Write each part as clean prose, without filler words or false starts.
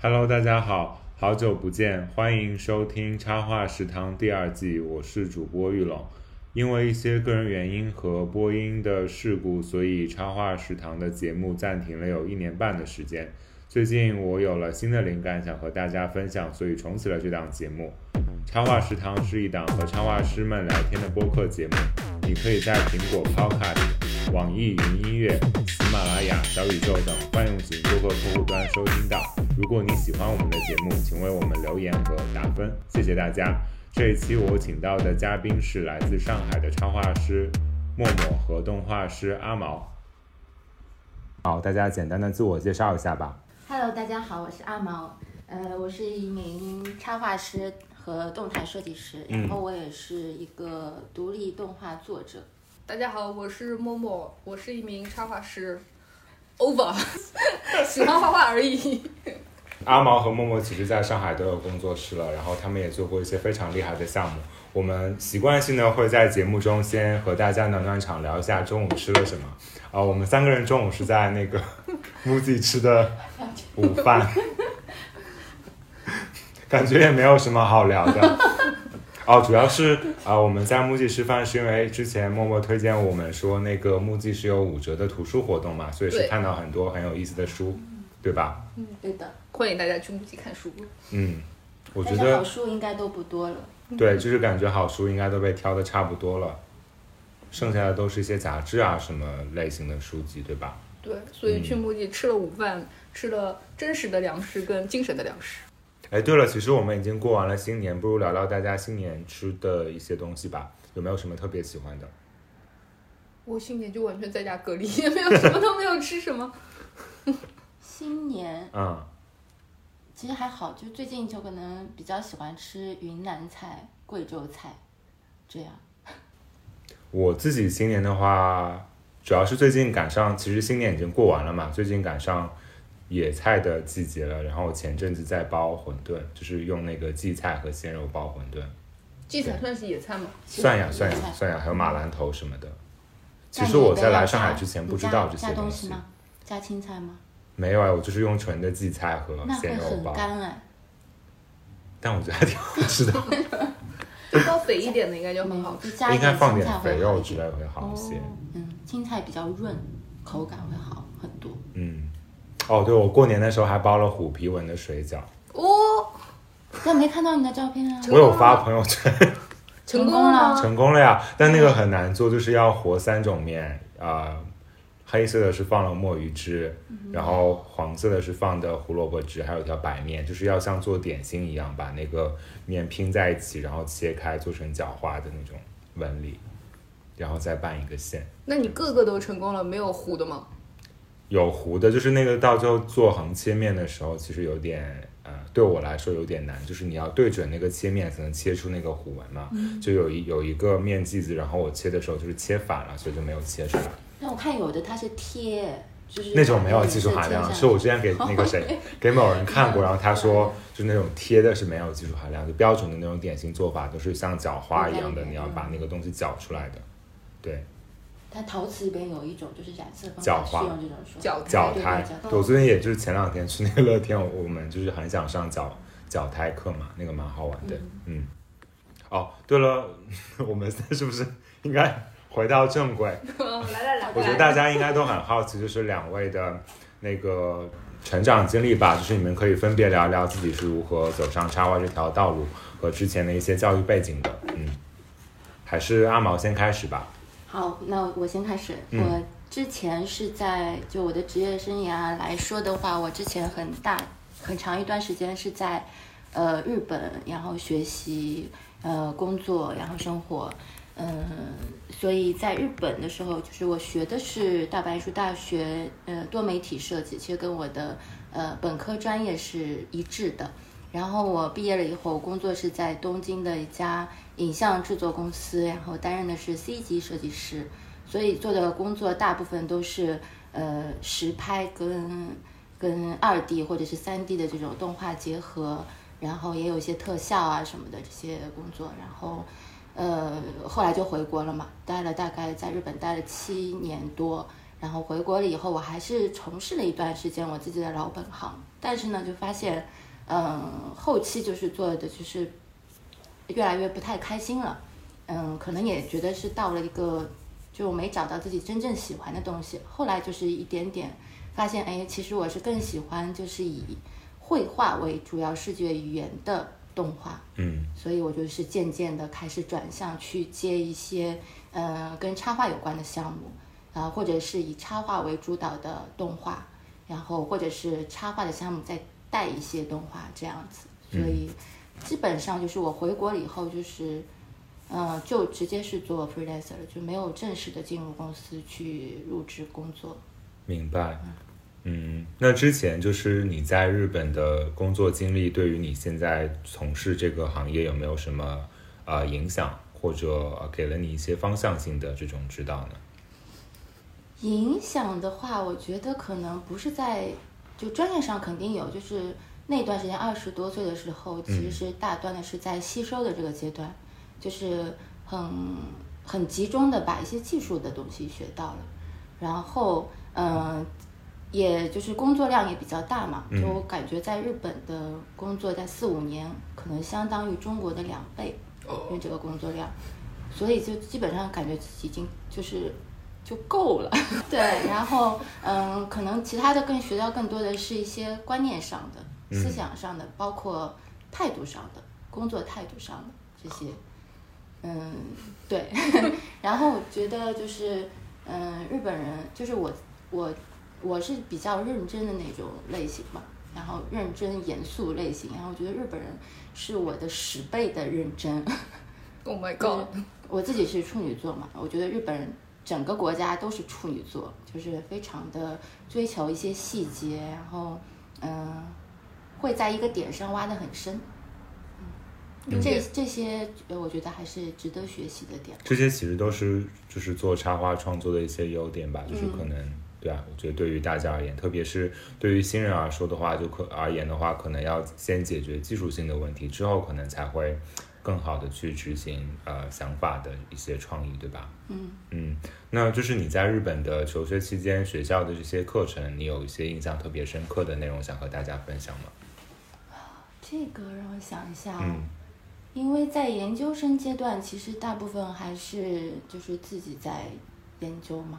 Hello，大家好，好久不见，欢迎收听插画食堂第二季，我是主播玉龙。因为一些个人原因和播音的事故，所以插画食堂的节目暂停了有1年半的时间。最近我有了新的灵感，想和大家分享，所以重启了这档节目。插画食堂是一档和插画师们聊天的播客节目，你可以在苹果 Podcast、网易云音乐、喜马拉雅、小宇宙等泛用型播客客户端收听到。如果你喜欢我们的节目，请为我们留言和打分，谢谢大家。这一期我请到的嘉宾是来自上海的插画师默默和动画师阿毛。好，大家简单的自我介绍一下吧。 Hello， 大家好，我是阿毛，我是一名插画师和动态设计师，然后我也是一个独立动画作者。 大家好，我是默默，我是一名插画师。over 喜欢画画而已。 阿毛和默默其实在上海都有工作室了，然后他们也做过一些非常厉害的项目。我们习惯性的会在节目中先和大家暖暖场，聊一下中午吃了什么。我们3个人中午是在那个MUJI 吃的午饭，感觉也没有什么好聊的。主要是我们在MUJI吃饭是因为之前默默推荐我们说那个MUJI是有5折的图书活动嘛，所以是看到很多很有意思的书，对吧？ 对的， 欢迎大家去MUJI看书。 我觉得好书应该都不多了。 对，就是感觉好书应该都被挑的差不多了，剩下的都是一些杂志啊什么类型的书籍，对吧？ 对，所以去MUJI吃了午饭，吃了真实的粮食跟精神的粮食。 对了，其实我们已经过完了新年，不如聊聊大家新年吃的一些东西吧。有没有什么特别喜欢的？ 我新年就完全在家隔离，也没有什么都没有吃什么。 新年，其实还好，就最近就可能比较喜欢吃云南菜、贵州菜，这样。 我自己新年的话，主要是最近赶上，其实新年已经过完了嘛，最近赶上野菜的季节了，然后前阵子在包馄饨，就是用那个荠菜和鲜肉包馄饨。 荠菜算是野菜吗？ 算呀，还有马兰头什么的。其实我在来上海之前不知道这些东西。 吗？加青菜吗？ 没有我就是用纯的荠菜和鲜肉包。 那会很干但我觉得还挺好吃的。 包肥一点的应该就很好吃， 应该放点肥肉之类会好一些。 青菜比较润，口感会好很多。 对，我过年的时候还包了虎皮纹的水饺。 但没看到你的照片啊。 我有发朋友圈。 成功了。 成功了呀！但那个很难做，就是要和3种面，黑色的是放了墨鱼汁，然后黄色的是放的胡萝卜汁，还有一条白面，就是要像做点心一样把那个面拼在一起，然后切开做成角花的那种纹理，然后再拌一个馅。 那你个个都成功了，没有糊的吗？ 有糊的，就是那个到最后做横切面的时候，其实有点对我来说有点难，就是你要对准那个切面才能切出那个糊纹嘛。就有一个面剂子，然后我切的时候就是切反了，所以就没有切出来。 但我看有的它是贴，就是那种没有技术含量，是我之前给那个谁给某人看过，然后他说就那种贴的是没有技术含量，就标准的那种点心做法都是像搅花一样的，你要把那个东西搅出来的。对。 它陶瓷里边有一种就是染色方法是用这种说搅胎。我最近也就是前2天去那个乐天，我们就是很想上搅胎课嘛，那个蛮好玩的。对了，我们现在是不是应该回到正轨？ 来， 我觉得大家应该都很好奇，就是2位的那个成长经历吧，就是你们可以分别聊聊自己是如何走上插画这条道路和之前的一些教育背景的。还是阿毛先开始吧。 好，那我先开始。我之前是在就我的职业生涯来说的话，我之前很长一段时间是在日本，然后学习工作，然后生活。所以在日本的时候，就是我学的是大阪艺术大学多媒体设计，其实跟我的本科专业是一致的。然后我毕业了以后，工作是在东京的一家影像制作公司，然后担任的是 C 级设计师，所以做的工作大部分都是实拍跟2D 或者是3D 的这种动画结合，然后也有一些特效啊什么的这些工作。然后后来就回国了嘛，大概在日本待了7年多， 然后回国了以后，我还是从事了一段时间我自己的老本行，但是呢，就发现，后期就是做的就是越来越不太开心了，可能也觉得是到了一个就没找到自己真正喜欢的东西。后来就是一点点发现，哎，其实我是更喜欢就是以绘画为主要视觉语言的动画，所以我就是渐渐的开始转向去接一些跟插画有关的项目。或者是以插画为主导的动画，然后或者是插画的项目再带一些动画这样子，所以基本上就是我回国了以后就是就直接是做 freelancer 了，就没有正式的进入公司去入职工作。 明白。那之前就是你在日本的工作经历，对于你现在从事这个行业有没有什么影响，或者给了你一些方向性的这种指导呢？ 影响的话，我觉得可能不是在就专业上肯定有，就是那段时间20多岁的时候，其实大段的是在吸收的这个阶段，就是很集中的把一些技术的东西学到了，然后也就是工作量也比较大嘛，就我感觉在日本的工作在4-5年可能相当于中国的2倍，因为这个工作量，所以就基本上感觉自己已经就够了。对，然后可能其他的更学到更多的是一些观念上的、思想上的，包括态度上的、工作态度上的这些。对。然后我觉得就是日本人就是我是比较认真的那种类型嘛，然后认真严肃类型，然后我觉得日本人是我的10倍的认真。 Oh my god！ 我自己是处女座嘛，我觉得日本人整个国家都是处女座，就是非常的追求一些细节，然后会在一个点上挖得很深。这些我觉得还是值得学习的点。 这些其实都是就是做插画创作的一些优点吧，就是可能对啊，我觉得对于大家而言，特别是对于新人而言的话，可能要先解决技术性的问题，之后可能才会更好的去执行想法的一些创意，对吧？那就是你在日本的求学期间，学校的这些课程，你有一些印象特别深刻的内容想和大家分享吗？ 这个让我想一下因为在研究生阶段，其实大部分还是就是自己在研究嘛。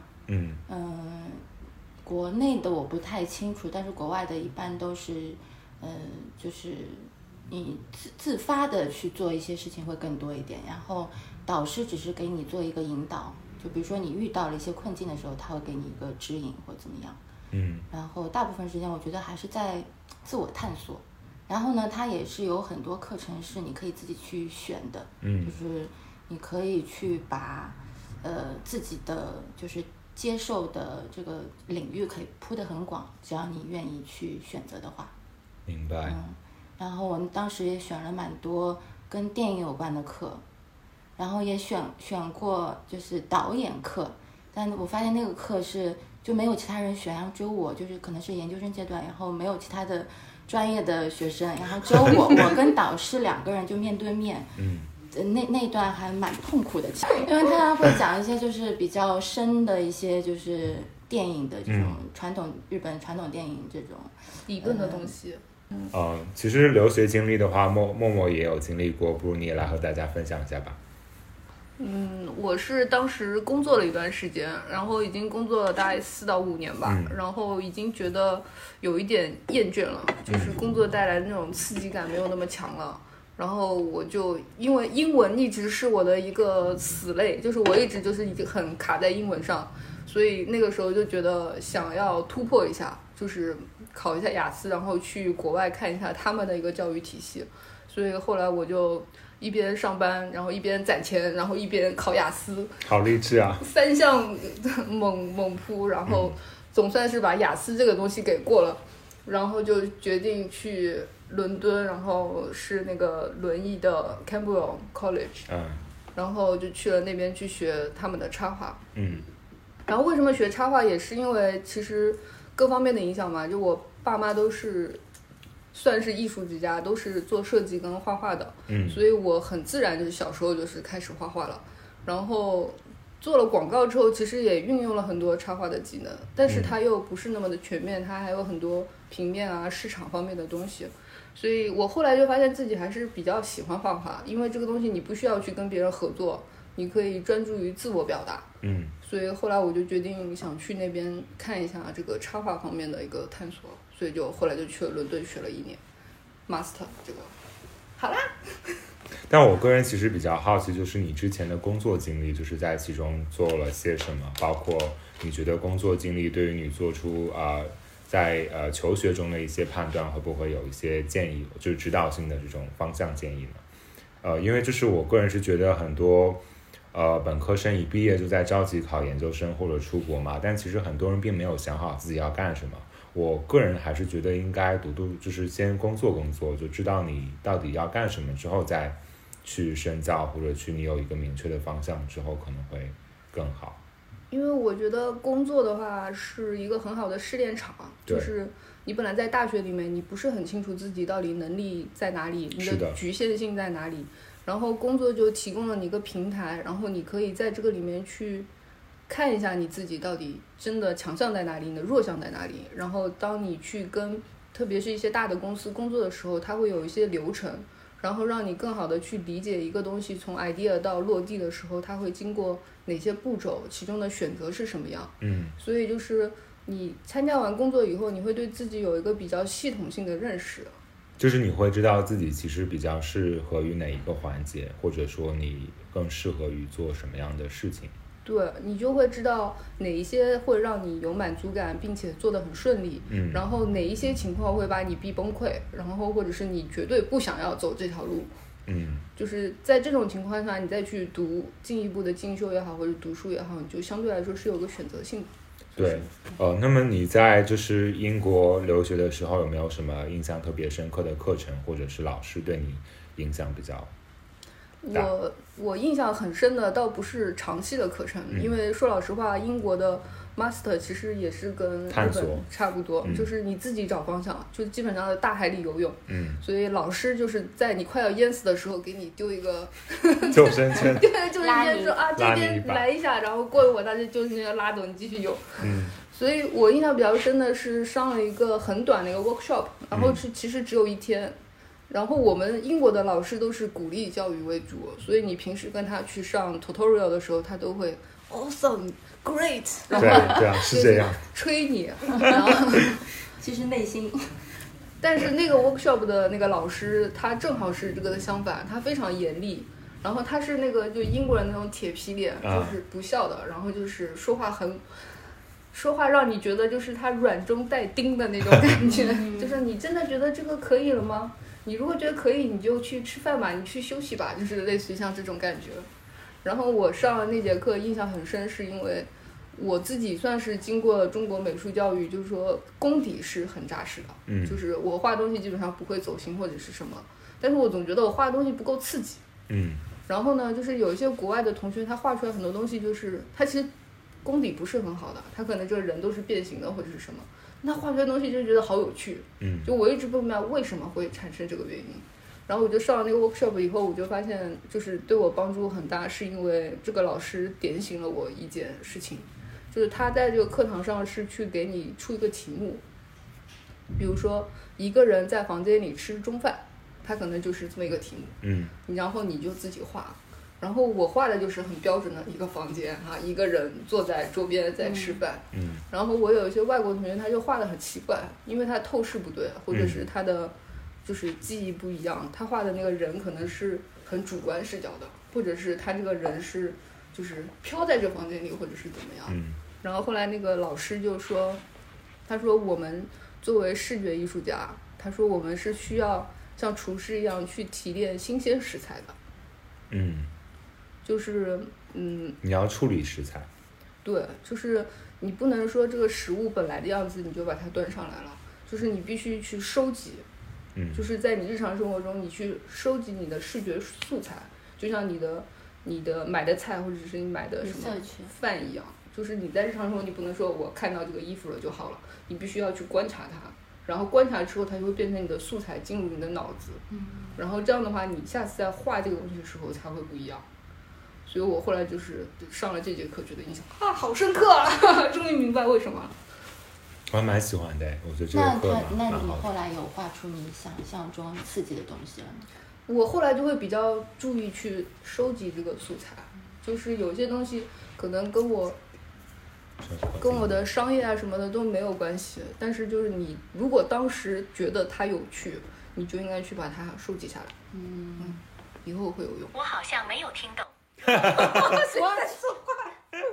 国内的我不太清楚，但是国外的一般都是就是你自发的去做一些事情会更多一点，然后导师只是给你做一个引导，就比如说你遇到了一些困境的时候，他会给你一个指引或怎么样。然后大部分时间我觉得还是在自我探索。然后呢，它也是有很多课程是你可以自己去选的，就是你可以去把自己的就是接受的这个领域可以铺得很广，只要你愿意去选择的话。 明白。 然后我们当时也选了蛮多跟电影有关的课，然后也选过就是导演课，但我发现那个课是就没有其他人选，然后只有我，就是可能是研究生阶段，然后没有其他的专业的学生，然后只有我跟导师2个人就面对面。那段还蛮痛苦的，因为他会讲一些就是比较深的一些就是电影的这种日本传统电影这种理论的东西。 其实留学经历的话，默默也有经历过，不如你也来和大家分享一下吧。 我是当时工作了一段时间，然后已经工作了大概4到5年吧，然后已经觉得有一点厌倦了，就是工作带来的那种刺激感没有那么强了。然后我就因为英文一直是我的一个死类，就是我一直就是已经很卡在英文上，所以那个时候就觉得想要突破一下，就是考一下雅思，然后去国外看一下他们的一个教育体系。所以后来我就一边上班，然后一边攒钱，然后一边考雅思， 好励志啊 ！3项猛扑，然后总算是把雅思这个东西给过了，然后就决定去伦敦，然后是那个轮椅的 Cambridge College，然后就去了那边去学他们的插画。然后为什么学插画，也是因为其实各方面的影响嘛，就我爸妈都是算是艺术之家，都是做设计跟画画的，所以我很自然就是小时候就是开始画画了。然后做了广告之后，其实也运用了很多插画的技能，但是它又不是那么的全面，它还有很多平面啊、市场方面的东西。所以我后来就发现自己还是比较喜欢画画，因为这个东西你不需要去跟别人合作，你可以专注于自我表达。所以后来我就决定想去那边看一下这个插画方面的一个探索，所以就后来就去了伦敦学了1年 master 这个。好啦。 但我个人其实比较好奇，就是你之前的工作经历，就是在其中做了些什么，包括你觉得工作经历对于你做出在求学中的一些判断，会不会有一些建议，就是指导性的这种方向建议呢？因为就是我个人是觉得很多本科生一毕业就在着急考研究生或者出国嘛，但其实很多人并没有想好自己要干什么。我个人还是觉得应该就是先工作，就知道你到底要干什么之后再去深造，或者你有一个明确的方向之后可能会更好。 因为我觉得工作的话是一个很好的试炼场，就是你本来在大学里面你不是很清楚自己到底能力在哪里，你的局限性在哪里，然后工作就提供了你一个平台，然后你可以在这个里面去看一下你自己到底真的强项在哪里，你的弱项在哪里，然后当你去跟特别是一些大的公司工作的时候，它会有一些流程，然后让你更好的去理解一个东西从 idea 到落地的时候它会经过哪些步骤，其中的选择是什么样。所以就是你参加完工作以后，你会对自己有一个比较系统性的认识， 就是你会知道自己其实比较适合于哪一个环节，或者说你更适合于做什么样的事情。 对，你就会知道哪一些会让你有满足感并且做得很顺利，然后哪一些情况会把你逼崩溃，然后或者是你绝对不想要走这条路。就是在这种情况下你再去读进一步的进修也好，或者读书也好，你就相对来说是有个选择性的。 对，那么你在就是英国留学的时候有没有什么印象特别深刻的课程或者是老师对你影响比较大？ 我印象很深的倒不是长期的课程，因为说老实话，英国的 master 其实也是跟日本差不多，就是你自己找方向，就基本上在大海里游泳。所以老师就是在你快要淹死的时候给你丢一个救生圈， 对，救生圈说这边来一下，然后过一会儿他就救生圈拉走，你继续游。所以我印象比较深的是上了一个很短的一个 workshop， 然后其实只有1天。然后我们英国的老师都是鼓励教育为主，所以你平时跟他去上 tutorial 的时候，他都会 awesome great， 然后对啊，是这样吹你，然后其实内心。 但是那个 workshop 的那个老师他正好是这个的相反，他非常严厉，然后他是那个就英国人那种铁皮脸，就是不笑的，然后就是说话让你觉得就是他软中带钉的那种感觉，就是你真的觉得这个可以了吗？你如果觉得可以，你就去吃饭吧，你去休息吧，就是类似于像这种感觉。然后我上了那节课印象很深，是因为我自己算是经过中国美术教育，就是说功底是很扎实的，就是我画东西基本上不会走形或者是什么，但是我总觉得我画的东西不够刺激。然后呢，就是有一些国外的同学，他画出来很多东西，就是他其实功底不是很好的，他可能这个人都是变形的或者是什么。那画出来的东西就觉得好有趣，就我一直不明白为什么会产生这个原因。然后我就上了那个 workshop 以后，我就发现就是对我帮助很大，是因为这个老师点醒了我一件事情，就是他在这个课堂上是去给你出一个题目，比如说一个人在房间里吃中饭，他可能就是这么一个题目，然后你就自己画。然后我画的就是很标准的一个房间一个人坐在桌边在吃饭。然后我有一些外国同学他就画的很奇怪，因为他透视不对，或者是他的就是记忆不一样，他画的那个人可能是很主观视角的，或者是他这个人是就是飘在这房间里，或者是怎么样。然后后来那个老师就说，他说我们作为视觉艺术家，他说我们是需要像厨师一样去提炼新鲜食材的。就是你要处理食材。 对，就是你不能说这个食物本来的样子你就把它端上来了，就是你必须去收集，就是在你日常生活中你去收集你的视觉素材，就像你的买的菜或者是你买的什么饭一样，就是你在日常生活你不能说我看到这个衣服了就好了，你必须要去观察它，然后观察之后它就会变成你的素材进入你的脑子，然后这样的话你下次在画这个东西的时候才会不一样。 所以我后来就是上了这节课，觉得印象好深刻啊，终于明白为什么。 我还蛮喜欢的，我觉得这个课那你后来有画出你想象中刺激的东西了吗？ 我后来就会比较注意去收集这个素材，就是有些东西可能跟我的商业啊什么的都没有关系，但是就是你如果当时觉得它有趣，你就应该去把它收集下来。以后会有用。 我好像没有听懂。 谁在说话？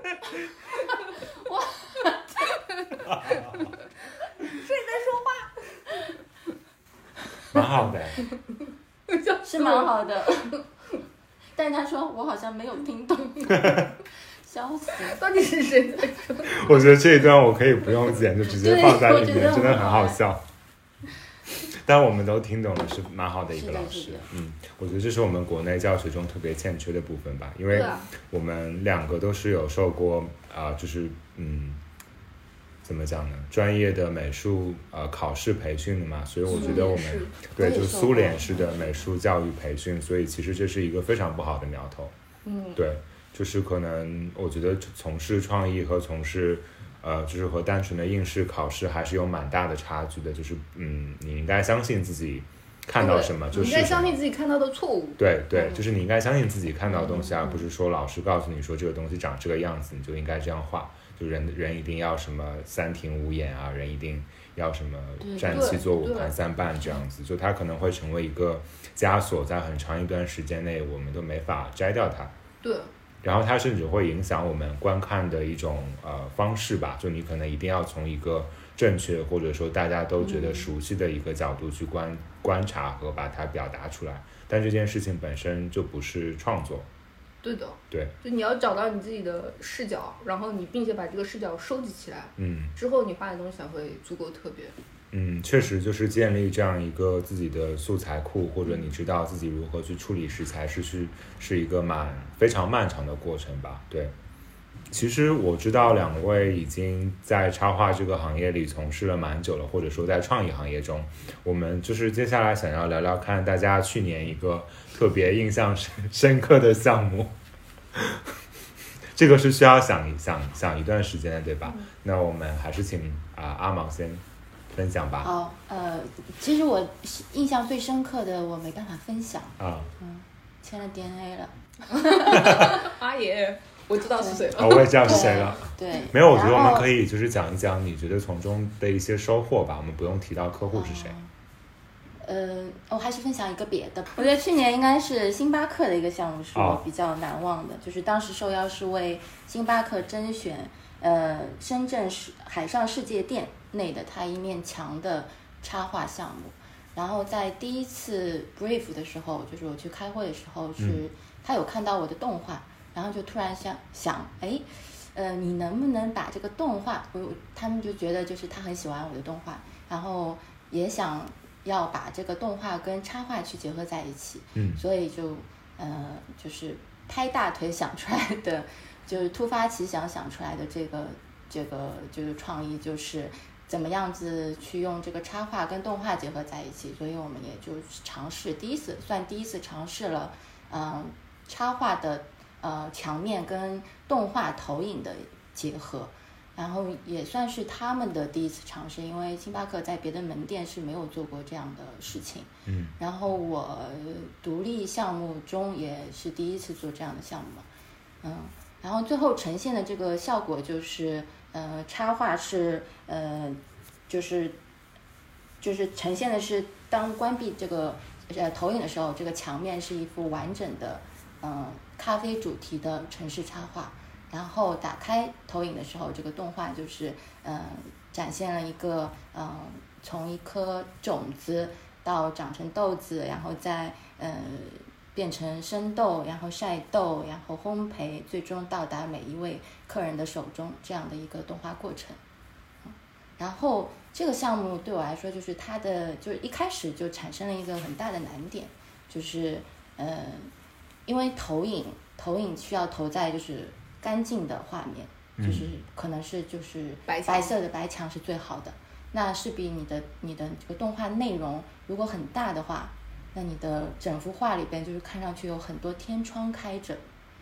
谁在说话？ 蛮好的， 是蛮好的。但是他说我好像没有听懂，笑死！ 到底是谁在说？ 我觉得这一段我可以不用剪，就直接放在里面，真的很好笑。但我们都听懂了，是蛮好的一个老师。我觉得这是我们国内教学中特别欠缺的部分吧，因为我们两个都是有受过就是怎么讲呢？专业的美术考试培训的嘛，所以我觉得我们对就苏联式的美术教育培训，所以其实这是一个非常不好的苗头。对，就是可能我觉得从事创意和从事就是和单纯的应试考试还是有蛮大的差距的，就是你应该相信自己看到什么就是什么， 你应该相信自己看到的错误。 对，就是你应该相信自己看到的东西，而不是说老师告诉你说这个东西长这个样子，你就应该这样画。就人一定要什么三庭五眼啊，人一定要什么站七坐五盘三半这样子，就它可能会成为一个枷锁，在很长一段时间内我们都没法摘掉它。 对。 然后它甚至会影响我们观看的一种方式吧，就你可能一定要从一个正确或者说大家都觉得熟悉的一个角度去观察和把它表达出来，但这件事情本身就不是创作。 对的， 对， 就你要找到你自己的视角，然后你并且把这个视角收集起来，之后你画的东西才会足够特别。 确实就是建立这样一个自己的素材库，或者你知道自己如何去处理食材，是一个非常漫长的过程吧。对，其实我知道两位已经在插画这个行业里从事了蛮久了，或者说在创意行业中，我们就是接下来想要聊聊看大家去年一个特别印象深刻的项目。这个是需要想一段时间的，对吧？那我们还是请阿毛先分享吧。 其实我印象最深刻的我没办法分享签了 DNA 了。阿爷，我知道是谁了。 我也知道是谁了。 对， 没有，我觉得我们可以就是讲一讲你觉得从中的一些收获吧，我们不用提到客户是谁。 我还是分享一个别的。我觉得去年应该是星巴克的一个项目是我比较难忘的，就是当时受邀是为星巴克甄选深圳海上世界店内的它一面墙的插画项目。然后在第一次 brief 的时候，就是我去开会的时候，他有看到我的动画，然后就突然想你能不能把这个动画，他们就觉得就是他很喜欢我的动画，然后也想要把这个动画跟插画去结合在一起，所以就是拍大腿想出来的，就是突发奇想出来的这个就是创意，就是怎么样子去用这个插画跟动画结合在一起，所以我们也就第一次尝试了插画的墙面跟动画投影的结合。然后也算是他们的第一次尝试，因为星巴克在别的门店是没有做过这样的事情。然后我独立项目中也是第一次做这样的项目嘛。然后最后呈现的这个效果就是插画是就是呈现的是当关闭这个投影的时候，这个墙面是一幅完整的咖啡主题的城市插画。然后打开投影的时候，这个动画就是展现了一个从一颗种子到长成豆子，然后再变成生豆，然后晒豆，然后烘焙，最终到达每一位客人的手中，这样的一个动画过程。然后这个项目对我来说，就是它的就是一开始就产生了一个很大的难点，就是因为投影需要投在就是干净的画面，就是可能是就是白色的白墙是最好的。那势必你的这个动画内容如果很大的话，那你的整幅画里边就是看上去有很多天窗开着，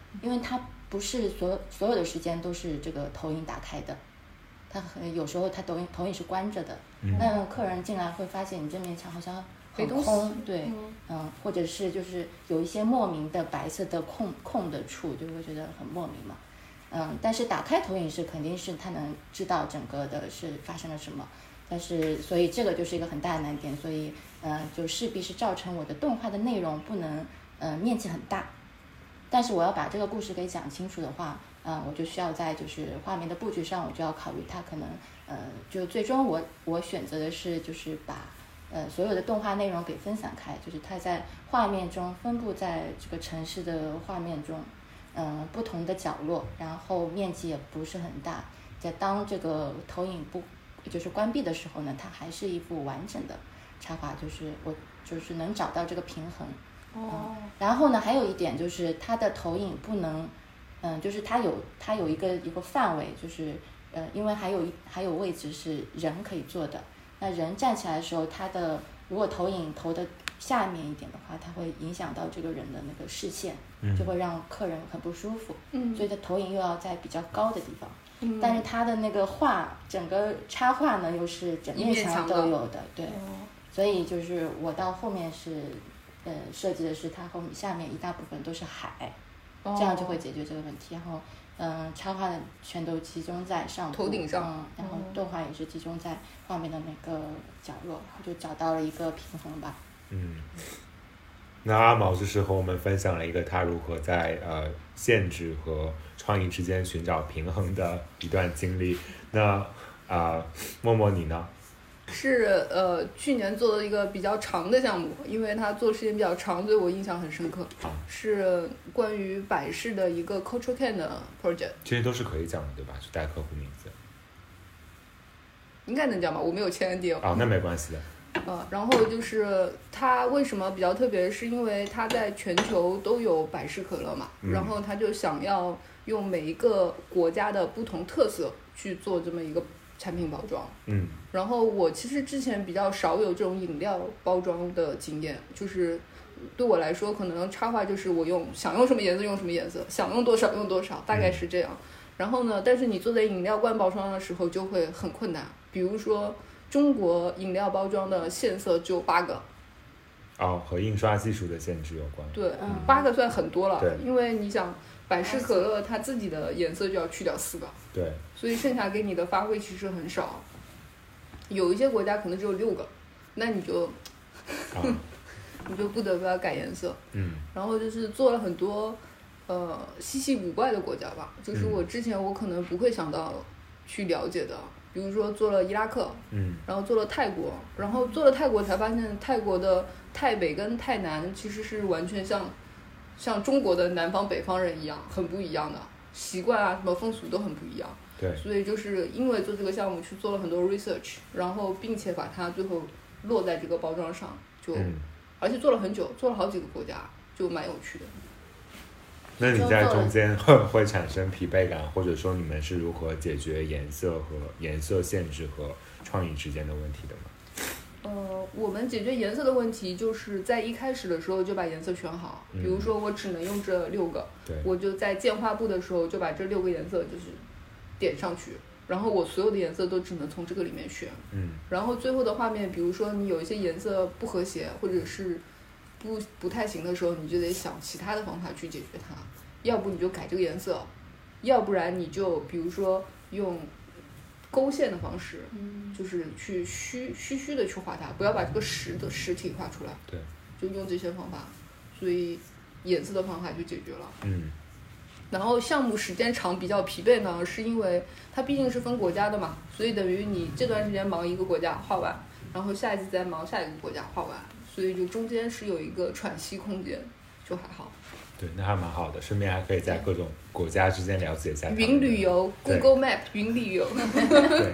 因为它不是所有的时间都是这个投影打开的，它有时候它投影是关着的，那客人进来会发现你这面墙好像很空，对，或者是就是有一些莫名的白色的空的处，就会觉得很莫名嘛。但是打开投影是肯定是它能知道整个的是发生了什么，但是所以这个就是一个很大的难点，所以就势必是造成我的动画的内容不能面积很大，但是我要把这个故事给讲清楚的话，我就需要在就是画面的布局上，我就要考虑它可能就最终我选择的是就是把所有的动画内容给分散开，就是它在画面中分布在这个城市的画面中。不同的角落，然后面积也不是很大，在当这个投影就是关闭的时候呢，它还是一幅完整的插画，就是我就是能找到这个平衡。然后呢，还有一点就是它的投影不能，就是它有一个范围，就是因为还有位置是人可以坐的，那人站起来的时候，它的如果投影投的下面一点的话，它会影响到这个人的那个视线，就会让客人很不舒服。所以它投影又要在比较高的地方，但是它的那个整个插画呢又是整面墙都有的，对。所以就是我到后面是设计的是它下面一大部分都是海，这样就会解决这个问题。然后插画的全都集中在上部头顶上， 然后动画也是集中在画面的那个角落，就找到了一个平衡吧。 那阿毛就是和我们分享了一个他如何在限制和创意之间寻找平衡的一段经历。那默默你呢？ 是去年做的一个比较长的项目，因为它做的时间比较长，所以我印象很深刻。是关于百事的一个 Culture Can 的 project。 这些都是可以讲的，对吧？就带客户名字。 应该能讲吧？我没有签 NDA。 那没关系的。 然后就是它为什么比较特别，是因为它在全球都有百事可乐嘛，然后他就想要用每一个国家的不同特色去做这么一个产品包装。然后我其实之前比较少有这种饮料包装的经验，就是对我来说可能插画就是我想用什么颜色用什么颜色，想用多少用多少，大概是这样。然后呢，但是你做在饮料罐包装的时候就会很困难，比如说中国饮料包装的限色只有8个。 和印刷技术的限制有关。 对，8个算很多了。 对， 因为你想百事可乐它自己的颜色就要去掉4个。 对， 所以剩下给你的发挥其实很少。有一些国家可能只有6个，那你就你就不得不要改颜色。然后就是做了很多稀奇古怪的国家吧，就是我之前我可能不会想到去了解的，比如说做了伊拉克，然后做了泰国，然后做了泰国才发现泰国的泰北跟泰南其实是完全像中国的南方北方人一样，很不一样的习惯啊，什么风俗都很不一样。 对， 所以就是因为做这个项目去做了很多 research， 然后并且把它最后落在这个包装上，而且做了很久，做了好几个国家，就蛮有趣的。 那你在中间会产生疲惫感，或者说你们是如何解决颜色限制和创意之间的问题的吗？ 我们解决颜色的问题就是在一开始的时候就把颜色选好，比如说我只能用这6个，我就在建画布的时候就把这6个颜色就是点上去，然后我所有的颜色都只能从这个里面选。然后最后的画面，比如说你有一些颜色不和谐或者是不太行的时候，你就得想其他的方法去解决它，要不你就改这个颜色，要不然你就比如说用勾线的方式，就是去虚的去画它，不要把这个实体画出来。 对， 就用这些方法，所以颜色的方法就解决了。然后项目时间长比较疲惫呢，是因为它毕竟是分国家的嘛，所以等于你这段时间忙一个国家画完，然后下一次再忙下一个国家画完，所以就中间是有一个喘息空间，就还好。 对，那还蛮好的，顺便还可以在各种国家之间了解一下。 云旅游 ，Google Map 云旅游。 对。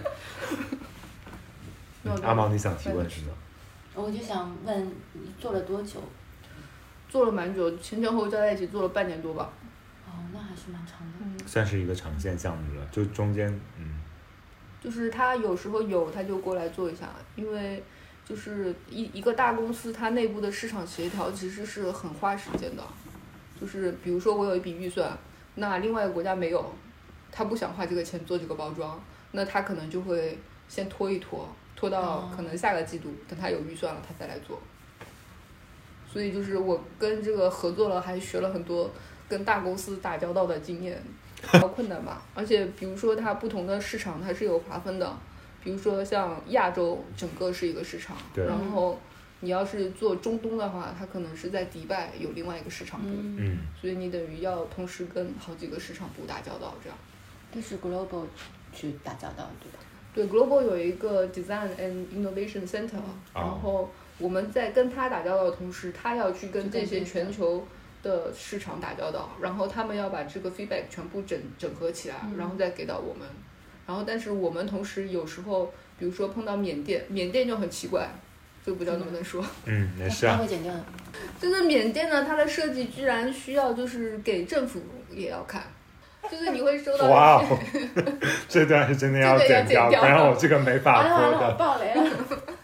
阿毛，你想提问是吗？ 我就想问你做了多久？ 做了蛮久，前后加在一起做了半年多吧。 那还是蛮长的。 算是一个长线项目了，就中间就是他有时候他就过来做一下，因为就是一个大公司，它内部的市场协调其实是很花时间的。 就是比如说我有一笔预算，那另外一个国家没有，他不想花这个钱做这个包装，那他可能就会先拖一拖，拖到可能下个季度，等他有预算了，他再来做。所以就是我跟这个合作了，还学了很多跟大公司打交道的经验，比较困难吧。而且比如说它不同的市场它是有划分的，比如说像亚洲整个是一个市场，然后你要是做中东的话，它可能是在迪拜有另外一个市场部，所以你等于要同时跟好几个市场部打交道，这样。 就是 global 去打交道，对吧？ 对 ，global 有一个 design and innovation center，然后我们在跟他打交道的同时，他要去跟这些全球的市场打交道，然后他们要把这个 feedback 全部整合起来，然后再给到我们。然后但是我们同时有时候，比如说碰到缅甸就很奇怪，就不知道能不能说。 没事啊。 会剪掉的。 就是缅甸呢，它的设计居然需要就是给政府也要看。就是你会收到哇哦，这段是真的要剪掉，不然我这个没法播的。 我爆雷了。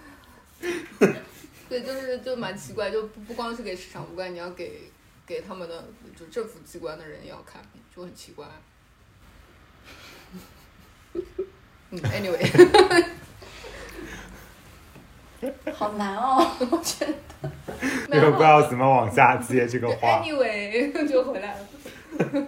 对，就蛮奇怪，就不光是给市场无关，你要给他们的就政府机关的人也要看，就很奇怪。anyway， 好难哦，我觉得。 又不知道怎么往下接这个话。 anyway， 就回来了。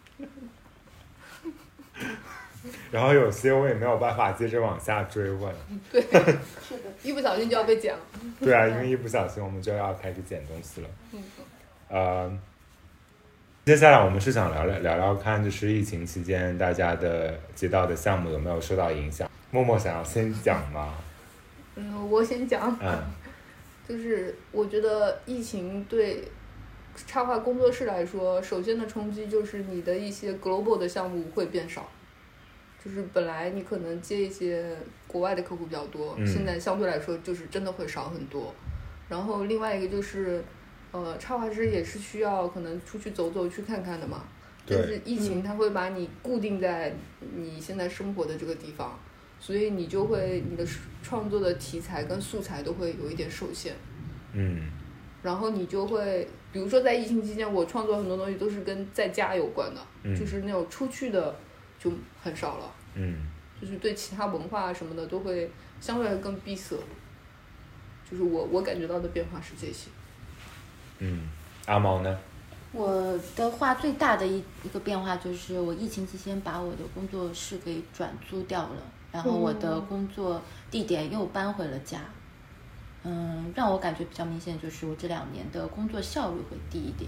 然后有些我也没有办法接着往下追问。 对，是的，一不小心就要被剪了。 对啊，因为一不小心我们就要开始剪东西了。接下来我们是想聊看，就是疫情期间大家的接到的项目有没有受到影响。默默想要先讲吗？ 我先讲。就是我觉得疫情对插画工作室来说，首先的冲击就是你的一些 global 的项目会变少。就是本来你可能接一些国外的客户比较多，现在相对来说就是真的会少很多。然后另外一个就是，插画师也是需要可能出去走走去看看的嘛。但是疫情它会把你固定在你现在生活的这个地方，所以你就会你的创作的题材跟素材都会有一点受限。然后你就会，比如说在疫情期间，我创作很多东西都是跟在家有关的，就是那种出去的。就很少了，就是对其他文化什么的都会相对来更闭塞，就是我感觉到的变化是这些。 阿毛呢？ 我的话最大的一个变化就是我疫情期间把我的工作室给转租掉了，然后我的工作地点又搬回了家。让我感觉比较明显就是我这2年的工作效率会低一点。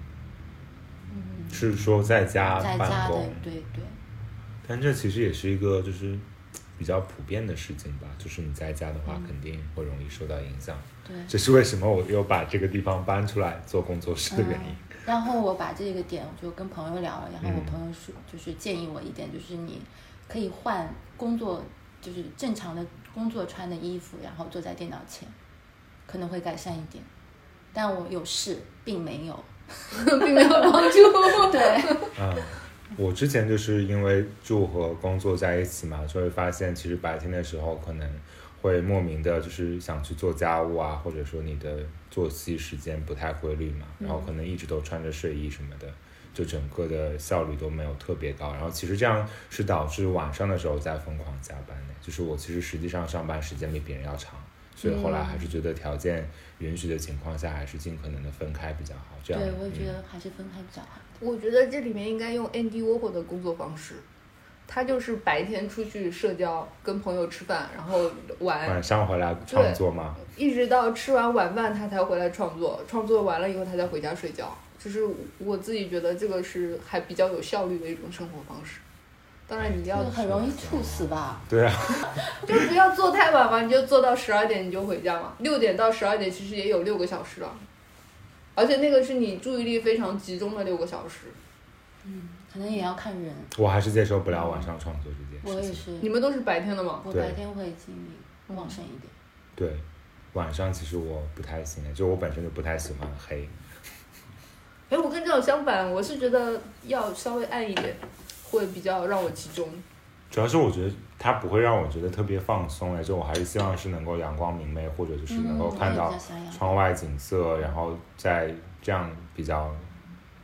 是说在家办公？ 在家的，对。 但这其实也是一个就是比较普遍的事情吧，就是你在家的话肯定会容易受到影响。 对， 这是为什么我又把这个地方搬出来做工作室的原因。 然后我把这个点我就跟朋友聊了，然后我朋友就是建议我一点，就是你可以换工作，就是正常的工作穿的衣服，然后坐在电脑前，可能会改善一点。但我有试，并没有帮助。 对。 我之前就是因为住和工作在一起嘛，就会发现其实白天的时候可能会莫名的就是想去做家务啊，或者说你的作息时间不太规律嘛，然后可能一直都穿着睡衣什么的，就整个的效率都没有特别高。然后其实这样是导致晚上的时候在疯狂加班的，就是我其实实际上上班时间比别人要长，所以后来还是觉得条件允许的情况下，还是尽可能的分开比较好。这样对，我也觉得还是分开比较好。 我觉得这里面应该用 Andy Warhol 的工作方式，他就是白天出去社交，跟朋友吃饭，然后晚上回来创作吗？ 一直到吃完晚饭他才回来创作，创作完了以后他再回家睡觉。就是我自己觉得这个是还比较有效率的一种生活方式。当然你要很容易猝死吧？ 对啊， 就不要做太晚嘛，你就做到12点你就回家嘛，6点到12点其实也有6个小时了。而且那个是你注意力非常集中的6个小时。 可能也要看人。 我还是接受不了晚上创作这件事情。 我也是。 你们都是白天的吗？ 我白天会精力旺盛一点。 对，晚上其实我不太行，就我本身就不太喜欢黑。 我跟这种相反，我是觉得要稍微暗一点，会比较让我集中。 主要是我觉得它不会让我觉得特别放松，就我还是希望是能够阳光明媚，或者就是能够看到窗外景色，然后在这样比较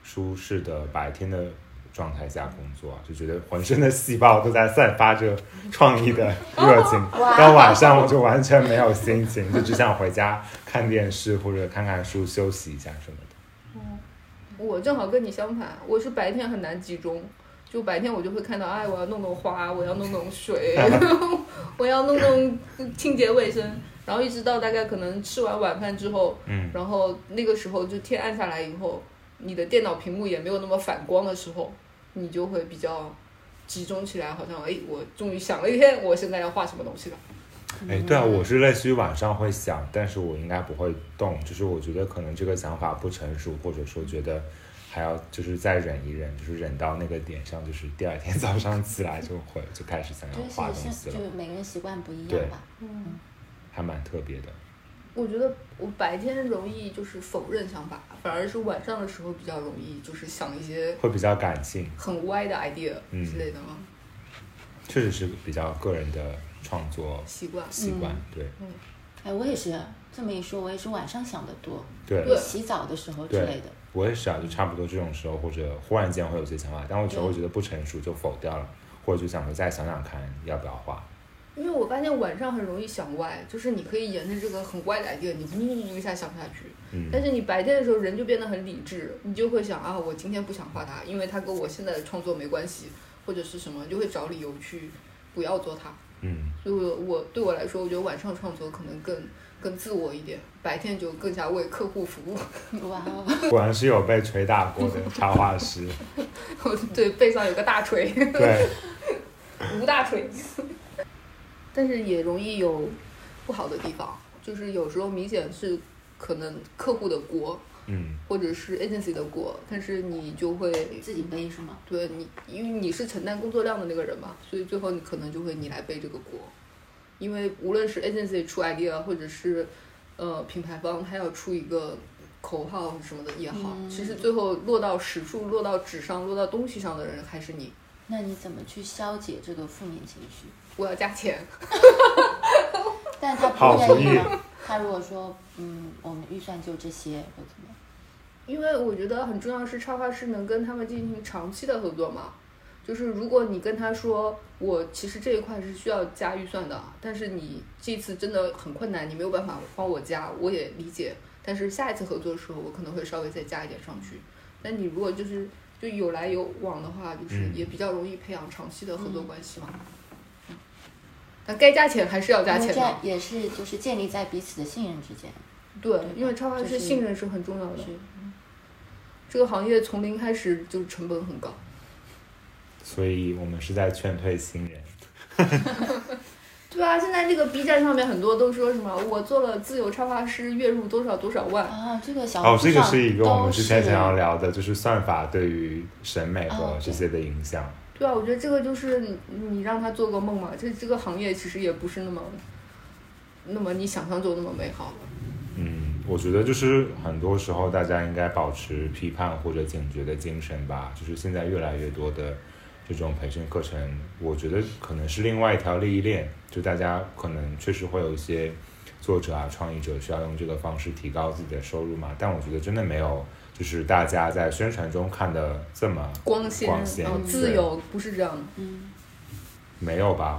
舒适的白天的状态下工作啊，就觉得浑身的细胞都在散发着创意的热情，到晚上我就完全没有心情，就只想回家看电视或者看看书休息一下什么的。 我正好跟你相反，我是白天很难集中，就白天我就会看到，哎，我要弄弄花，我要弄弄水，我要弄弄清洁卫生，然后一直到大概可能吃完晚饭之后，然后那个时候就天暗下来以后，你的电脑屏幕也没有那么反光的时候，你就会比较集中起来，好像我终于想了一天，我现在要画什么东西了。 对啊，我是类似于晚上会想，但是我应该不会动，就是我觉得可能这个想法不成熟，或者说觉得还要就是再忍一忍，就是忍到那个点上，就是第二天早上起来就开始想要画东西了。 就每个人习惯不一样吧。 还蛮特别的。 我觉得我白天容易就是否认想法，反而是晚上的时候比较容易就是想一些会比较感性、 很歪的 idea 之类的吗？ 确实是比较个人的创作习惯， 对。 我也是这么一说，我也是晚上想的多， 对， 洗澡的时候之类的。 我也是啊，就差不多这种时候，或者忽然间会有些想法，但我有时候会觉得不成熟就否掉了，或者就想着再想想看要不要画。 因为我发现晚上很容易想歪，就是你可以沿着这个很歪的 idea，你一下想不下去。但是你白天的时候人就变得很理智，你就会想啊，我今天不想画它，因为它跟我现在的创作没关系，或者是什么，就会找理由去不要做它。所以对我来说，我觉得晚上创作可能更自我一点，白天就更加为客户服务。 哇哦， 果然是有被捶打过的插画师。 对，背上有个大锤。 对， 无大锤。但是也容易有不好的地方，就是有时候明显是可能客户的锅，或者是 agency 的锅，但是你就会自己背是吗？ 对，因为你是承担工作量的那个人嘛，所以最后你可能就会你来背这个锅，因为无论是 agency 出 idea， 或者是品牌方他要出一个口号什么的也好，其实最后落到实处、落到纸上、落到东西上的人还是你。 那你怎么去消解这个负面情绪？ 我要加钱。 但他不愿意吗？他如果说我们预算就这些或怎么样？ 因为我觉得很重要的是插画师能跟他们进行长期的合作嘛。就是如果你跟他说我其实这一块是需要加预算的，但是你这次真的很困难，你没有办法帮我加，我也理解，但是下一次合作的时候我可能会稍微再加一点上去。但你如果就有来有往的话，就是也比较容易培养长期的合作关系嘛。但该加钱还是要加钱的。 这也是就是建立在彼此的信任之间。 对，因为插画师信任是很重要的。这个行业从零开始就是成本很高。 所以我们是在劝退新人。 对啊，现在这个 B 站上面很多都说什么我做了自由插画师，月入多少多少万。 这个小红书上这个是一个我们之前想要聊的，就是算法对于审美和这些的影响。 对啊，我觉得这个就是你让他做个梦嘛，这个行业其实也不是那么你想象中那么美好的。 我觉得就是很多时候大家应该保持批判或者警觉的精神吧，就是现在越来越多的这种培训课程，我觉得可能是另外一条利益链，就大家可能确实会有一些作者啊、创意者需要用这个方式提高自己的收入嘛，但我觉得真的没有就是大家在宣传中看的这么光鲜自由，不是这样的。 没有吧？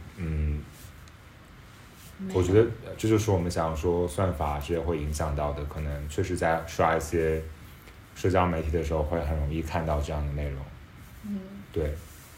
我觉得这就是我们想说算法这些会影响到的，可能确实在刷一些社交媒体的时候会很容易看到这样的内容。对。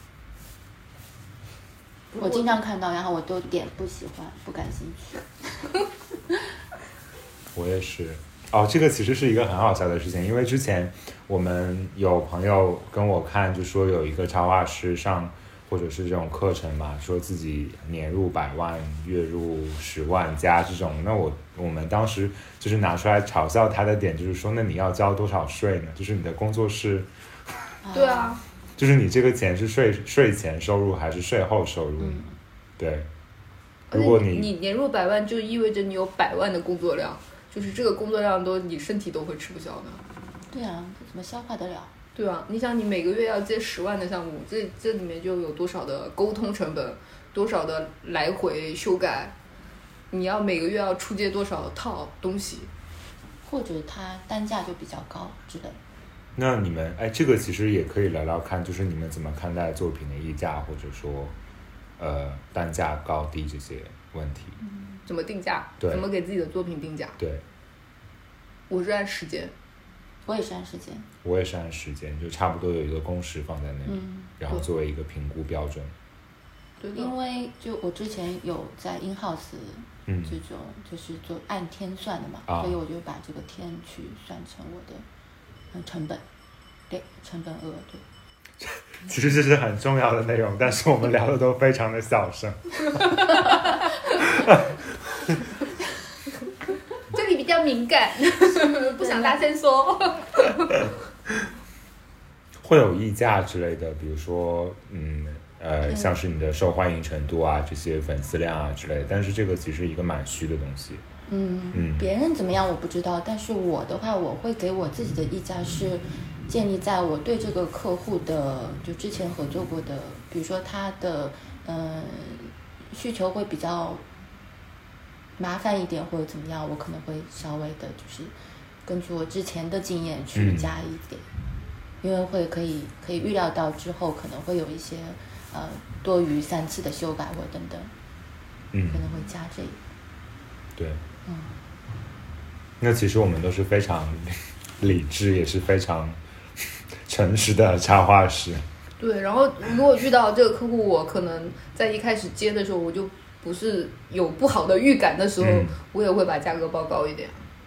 我经常看到，然后我都点不喜欢，不感兴趣。 我也是。这个其实是一个很好笑的事情，因为之前我们有朋友跟我看，就说有一个插画师上或者是这种课程嘛，说自己年入100万，月入10万加这种，那我们当时就是拿出来嘲笑他的点，就是说那你要交多少税呢？就是你的工作室， 对啊， 就是你这个钱是税前收入还是税后收入？对，如果你年入100万，就意味着你有100万的工作量，就是这个工作量你身体都会吃不消的。 对啊，怎么消化得了？ 对啊，你想你每个月要接10万的项目，这里面就有多少的沟通成本，多少的来回修改，你要每个月要出街多少套东西， 或者它单价就比较高之类。 那你们这个其实也可以聊聊看，就是你们怎么看待作品的溢价，或者说单价高低这些问题。 怎么定价？ 对， 怎么给自己的作品定价？ 对， 我是按时间。 我也是按时间。 我也是按时间，就差不多有一个公式放在那里，然后作为一个评估标准。 对， 因为就我之前有在 in house 这种就是做按天算的嘛，所以我就把这个天去算成我的成本，对，成本额，对。 其实这是很重要的内容，但是我们聊的都非常的小声。 这里比较敏感，不想大声说。 会有溢价之类的，比如说像是你的受欢迎程度啊，这些粉丝量啊之类的，但是这个其实一个蛮虚的东西。 别人怎么样我不知道，但是我的话，我会给我自己的溢价是建立在我对这个客户的就之前合作过的，比如说他的需求会比较麻烦一点或者怎么样，我可能会稍微的就是根据我之前的经验去加一点，因为会可以预料到之后可能会有一些多余3次的修改或等等，可能会加这个。 对，那其实我们都是非常理智，也是非常诚实的插画师。 对，然后如果遇到这个客户，我可能在一开始接的时候，我就不是有不好的预感的时候，我也会把价格报高一点。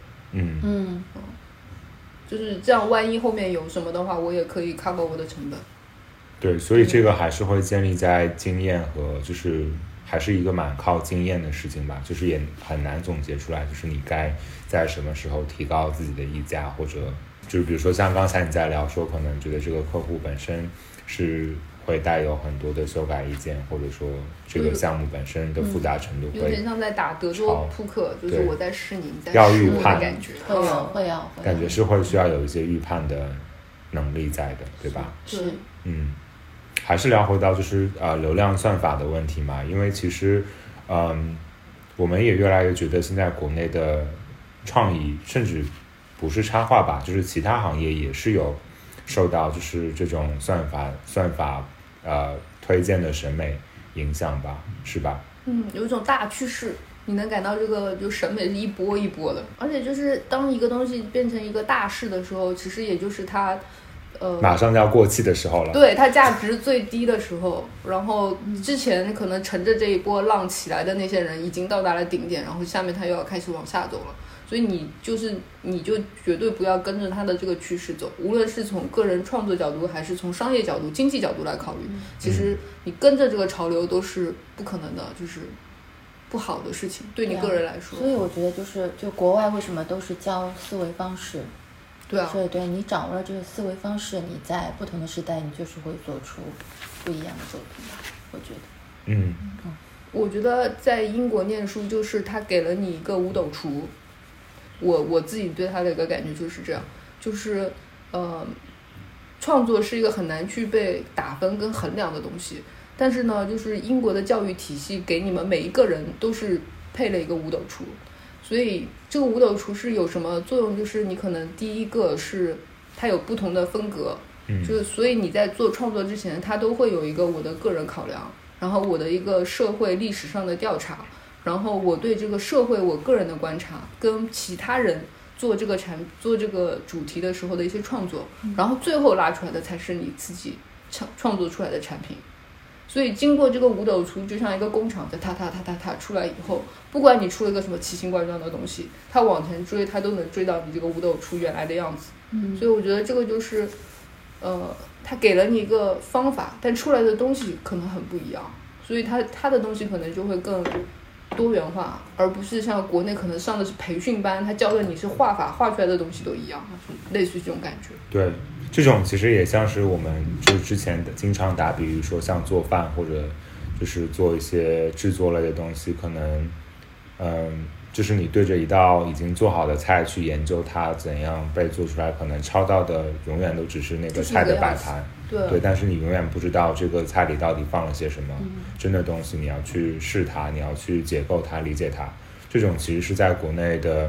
就是这样，万一后面有什么的话，我也可以 cover 我的成本。 对，所以这个还是会建立在经验和就是还是一个蛮靠经验的事情吧，就是也很难总结出来，就是你该在什么时候提高自己的溢价，或者就是比如说像刚才你在聊说，可能觉得这个客户本身是会带有很多的修改意见，或者说这个项目本身的复杂程度会有点像在打德州扑克，就是我在试你，在要预判的感觉， 会要感觉是会需要有一些预判的能力在的，对吧？ 是， 还是聊回到就是流量算法的问题嘛，因为其实我们也越来越觉得现在国内的创意甚至不是插画吧，就是其他行业也是有受到就是这种算法推荐的审美影响吧，是吧？ 有一种大趋势，你能感到这个就审美是一波一波的，而且就是当一个东西变成一个大势的时候，其实也就是它马上就要过气的时候了， 对，它价值最低的时候，然后之前可能乘着这一波浪起来的那些人已经到达了顶点，然后下面它又要开始往下走了，所以你就绝对不要跟着它的这个趋势走，无论是从个人创作角度还是从商业角度、经济角度来考虑，其实你跟着这个潮流都是不可能的，就是不好的事情，对你个人来说。 所以我觉得就国外为什么都是教思维方式。 对啊， 所以对你掌握了这个思维方式，你在不同的时代，你就是会做出不一样的作品吧？我觉得。 我觉得在英国念书，就是他给了你一个五斗橱，我自己对他的一个感觉就是这样，就是创作是一个很难去被打分跟衡量的东西，但是呢，就是英国的教育体系给你们每一个人都是配了一个五斗橱。所以这个五斗橱是有什么作用？就是你可能第一个是它有不同的风格，就是所以你在做创作之前，它都会有一个我的个人考量，然后我的一个社会历史上的调查，然后我对这个社会我个人的观察，跟其他人做这个主题的时候的一些创作，然后最后拉出来的才是你自己创作出来的产品。所以经过这个五斗橱，就像一个工厂在踏出来以后，不管你出了一个什么奇形怪状的东西，它往前追，它都能追到你这个五斗橱原来的样子。所以我觉得这个就是它给了你一个方法，但出来的东西可能很不一样，所以它的东西可能就会更多元化，而不是像国内可能上的是培训班，他教的你是画法，画出来的东西都一样，类似于这种感觉。 对，这种其实也像是我们就之前经常打比喻说，像做饭或者就是做一些制作类的东西，可能就是你对着一道已经做好的菜去研究它怎样被做出来，可能抄到的永远都只是那个菜的摆盘，对，但是你永远不知道这个菜里到底放了些什么，真的东西你要去试它，你要去解构它，理解它，这种其实是在国内的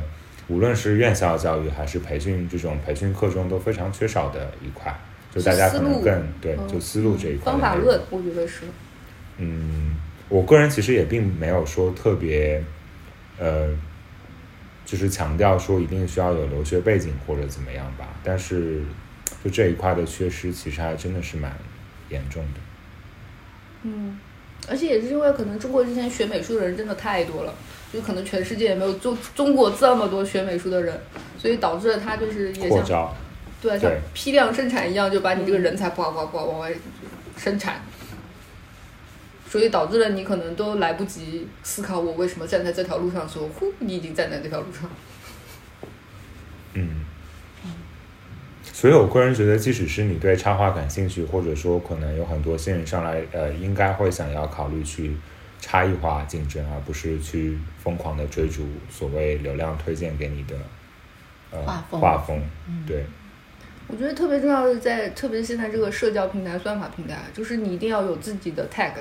无论是院校教育还是培训这种培训课中都非常缺少的一块，就大家可能更对就思路这一块方法论，我觉得是。 我个人其实也并没有说特别就是强调说一定需要有留学背景或者怎么样吧，但是就这一块的缺失其实还真的是蛮严重的。 而且也是因为可能中国之前学美术的人真的太多了，就可能全世界也没有中国这么多学美术的人，所以导致了他就是也扩招， 对，像批量生产一样，就把你这个人才呱往外生产，所以导致了你可能都来不及思考我为什么站在这条路上的时候，你已经站在这条路上。 所以我个人觉得，即使是你对插画感兴趣，或者说可能有很多新人上来，应该会想要考虑去差异化竞争，而不是去疯狂的追逐所谓流量推荐给你的画风。对。 我觉得特别重要的特别是现在这个社交平台、算法平台，就是你一定要有自己的 tag。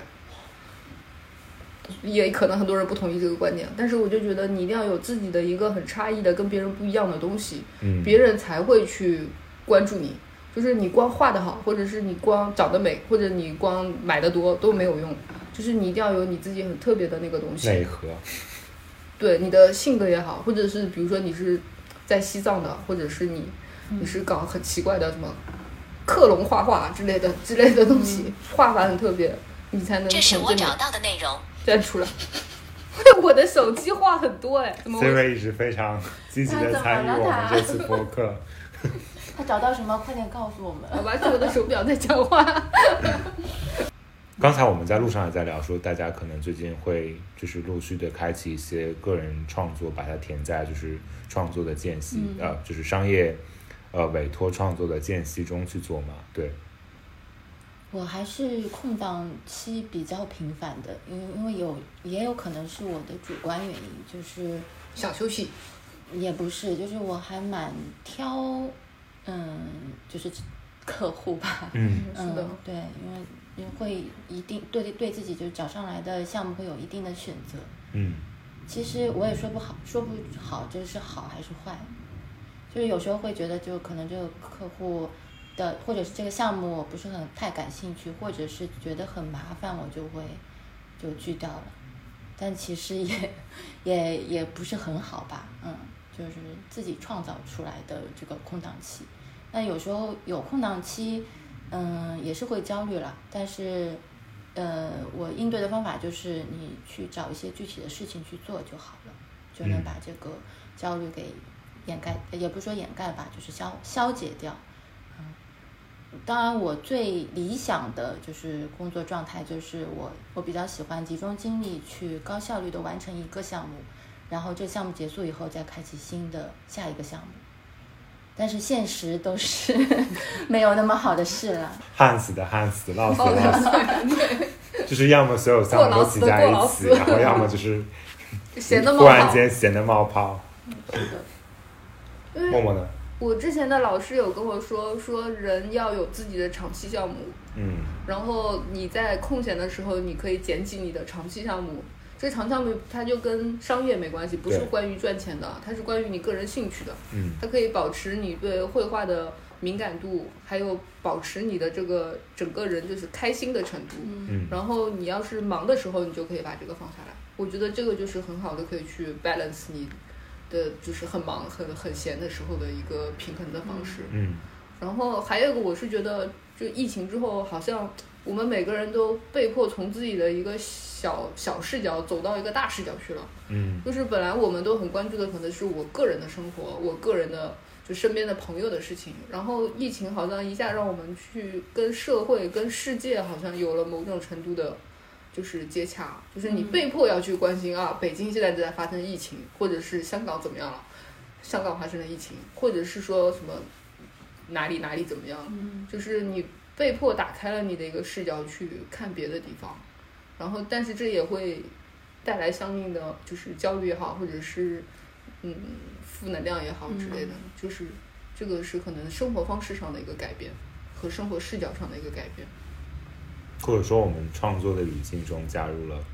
也可能很多人不同意这个观点，但是我就觉得你一定要有自己的一个很差异的、跟别人不一样的东西，别人才会去关注你。就是你光画得好，或者是你光长得美，或者你光买得多都没有用，就是你一定要有你自己很特别的那个东西。 内核。对， 你的性格也好，或者是比如说你是在西藏的，或者是你是搞很奇怪的什么克隆画之类的东西，画法很特别，你才能。 这是我找到的内容。 站出来。我的手机话很多 Siri 一直非常积极的参与我们这次播客。 他找到什么？快点告诉我们。 好吧，是我的手表在讲话。 刚才我们在路上也在聊说，大家可能最近会就是陆续的开启一些个人创作，把它填在就是创作的间隙，就是商业委托创作的间隙中去做嘛。对。 我还是空档期比较频繁的，因为也有可能是我的主观原因，就是想休息， 也不是，就是我还蛮挑，就是客户吧， 是的， 对，因为会一定对自己就是找上来的项目会有一定的选择，其实我也说不好这是好还是坏，就是有时候会觉得就可能这个客户的或者是这个项目我不是太感兴趣，或者是觉得很麻烦，我就拒掉了。但其实也不是很好吧，就是自己创造出来的这个空档期。那有时候有空档期，也是会焦虑了。但是，我应对的方法就是你去找一些具体的事情去做就好了，就能把这个焦虑给掩盖，也不是说掩盖吧，就是消解掉。当然我最理想的就是工作状态，就是我比较喜欢集中精力去高效率的完成一个项目，然后这项目结束以后再开启下一个项目。但是现实都是没有那么好的事了， 焊死的焊死，烙死的烙死，就是要么所有项目都挤在一起，然后要么就是突然间闲的冒泡。 是的。 默默呢？ 我之前的老师有跟我说人要有自己的长期项目，然后你在空闲的时候你可以捡起你的长期项目。这长项目它就跟商业没关系，不是关于赚钱的，它是关于你个人兴趣的。它可以保持你对绘画的敏感度，还有保持你的这个整个人就是开心的程度。然后你要是忙的时候，你就可以把这个放下来。我觉得这个就是很好的可以去 balance 你的就是很忙很闲的时候的一个平衡的方式。然后还有一个我是觉得，就疫情之后，好像我们每个人都被迫从自己的一个小视角走到一个大视角去了。就是本来我们都很关注的可能是我个人的生活，我个人的就身边的朋友的事情，然后疫情好像一下让我们去跟社会跟世界好像有了某种程度的就是接洽，就是你被迫要去关心北京现在正在发生疫情，或者是香港怎么样了，香港发生了疫情，或者是说什么哪里怎么样，就是你被迫打开了你的一个视角去看别的地方，然后但是这也会带来相应的就是焦虑也好，或者是负能量也好之类的，就是这个是可能生活方式上的一个改变和生活视角上的一个改变。 或者说我们创作的语境中加入了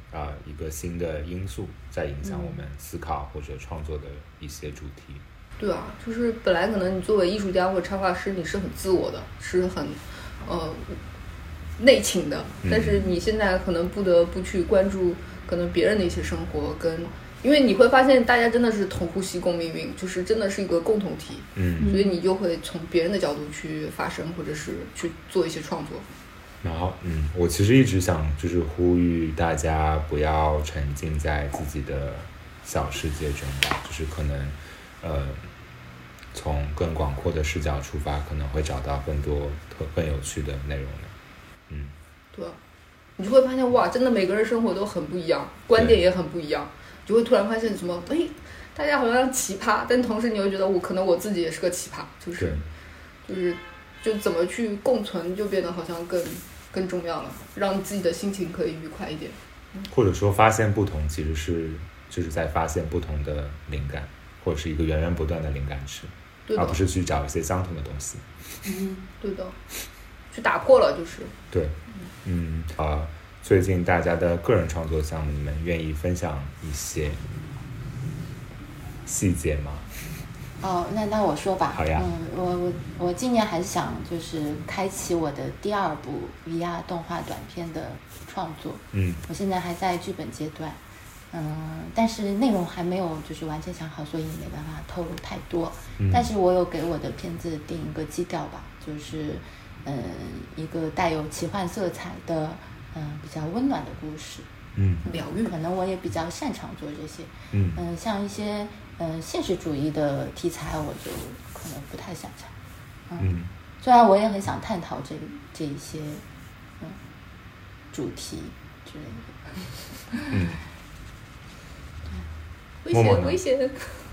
一个新的因素在影响我们思考或者创作的一些主题。 对啊，就是本来可能你作为艺术家或者插画师，你是很自我的，是很内倾的，但是你现在可能不得不去关注可能别人的一些生活，因为你会发现大家真的是同呼吸共命运，就是真的是一个共同体，所以你就会从别人的角度去发声，或者是去做一些创作。 然后我其实一直想就是呼吁大家不要沉浸在自己的小世界中吧，就是可能从更广阔的视角出发，可能会找到更有趣的内容的。 对，你就会发现哇，真的每个人生活都很不一样，观点也很不一样，就会突然发现什么，大家好像奇葩，但同时你会觉得可能我自己也是个奇葩，就怎么去共存，就变得好像更重要了，让自己的心情可以愉快一点。 或者说发现不同其实就是在发现不同的灵感，或者是一个源源不断的灵感池，而不是去找一些相同的东西。 对的，去打破了就是。对， 最近大家的个人创作项目，你们愿意分享一些细节吗？ 那我说吧。 好呀。 我今年还是想就是开启我的第2部 VR 动画短片的创作。我现在还在剧本阶段，但是内容还没有就是完全想好，所以没办法透露太多。但是我有给我的片子定一个基调吧，就是一个带有奇幻色彩的比较温暖的故事。 疗愈。 可能我也比较擅长做这些。像一些现实主义的题材，我就可能不太擅长。虽然我也很想探讨这一些主题之类的。危险。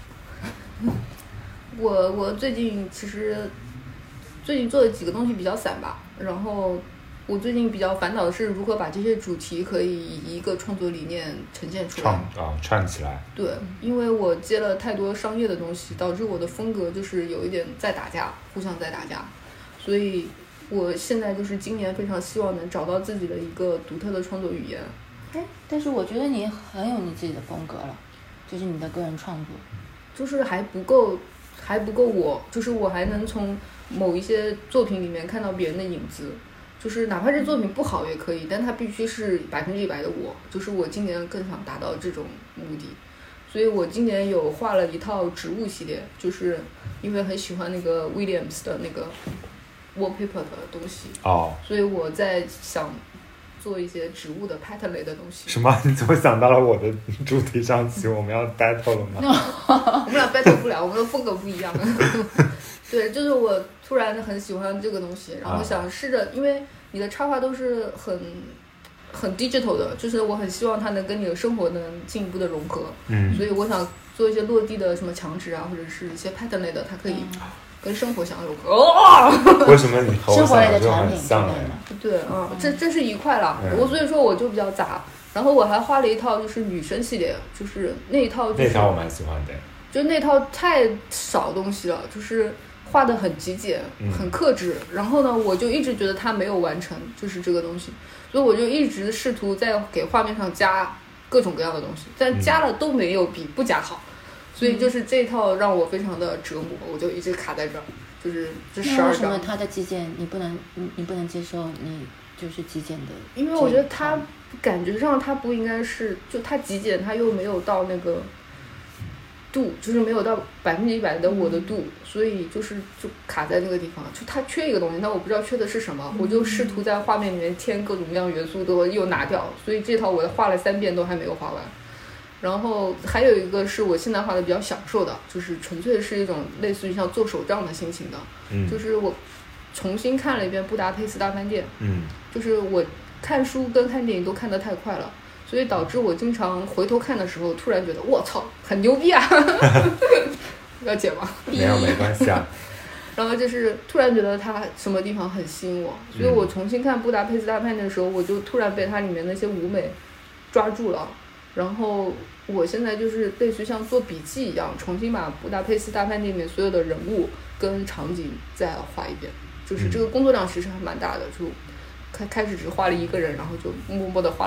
我最近做的几个东西比较散吧，然后我最近比较烦恼的是如何把这些主题可以以一个创作理念呈现出来， 串起来。 对，因为我接了太多商业的东西，导致我的风格就是有一点在打架，互相在打架，所以我现在就是今年非常希望能找到自己的一个独特的创作语言。 但是我觉得你很有你自己的风格了，就是你的个人创作， 就是还不够我，就是我还能从某一些作品里面看到别人的影子。就是哪怕这作品不好也可以，但它必须是100%的我，就是我今年更想达到这种目的。所以我今年有画了一套植物系列，就是因为很喜欢那个 Williams 的那个 wallpaper 的东西，所以我在想做一些植物的 pattern 类的东西。 什么？你怎么想到了我的主题上去？我们要 battle 了吗？ 我们俩 battle 不了，我们的风格不一样。对，就是我突然很喜欢这个东西，然后想试着，因为你的插画都是很 digital 的，就是我很希望它能跟你的生活能进一步的融合。所以我想做一些落地的什么墙纸啊，或者是一些 pattern 类的，它可以跟生活相融合。 为什么你和我想的就很像？ 对，这是一块了。所以说我就比较杂，然后我还画了一套就是女生系列，就是那一套我蛮喜欢的。 就那套太少东西了，就是画得很极简，很克制。然后呢，我就一直觉得它没有完成，就是这个东西，所以我就一直试图在给画面上加各种各样的东西，但加了都没有比不加好。所以就是这一套让我非常的折磨，我就一直卡在这儿，就是这12张。 为什么它的极简你不能接受？你就是极简的？ 因为我觉得它感觉上它不应该是，就它极简，它又没有到那个度，就是没有到100%的我的度，所以就卡在那个地方，就它缺一个东西，但我不知道缺的是什么，我就试图在画面里面添各种各样元素，都又拿掉，所以这套我画了3遍都还没有画完。然后还有一个是我现在画的比较享受的，就是纯粹是一种类似于像做手账的心情的，就是我重新看了一遍《布达佩斯大饭店》，就是我看书跟看电影都看得太快了。所以导致我经常回头看的时候，突然觉得我操，很牛逼啊！要剪吗？ 没有，没关系啊。 然后就是突然觉得它什么地方很吸引我，所以我重新看《布达佩斯大饭店》的时候，我就突然被它里面那些舞美抓住了。然后我现在就是类似于像做笔记一样，重新把《布达佩斯大饭店》里面所有的人物跟场景再画一遍。就是这个工作量其实还蛮大的，就开始只画了一个人，然后就默默的画了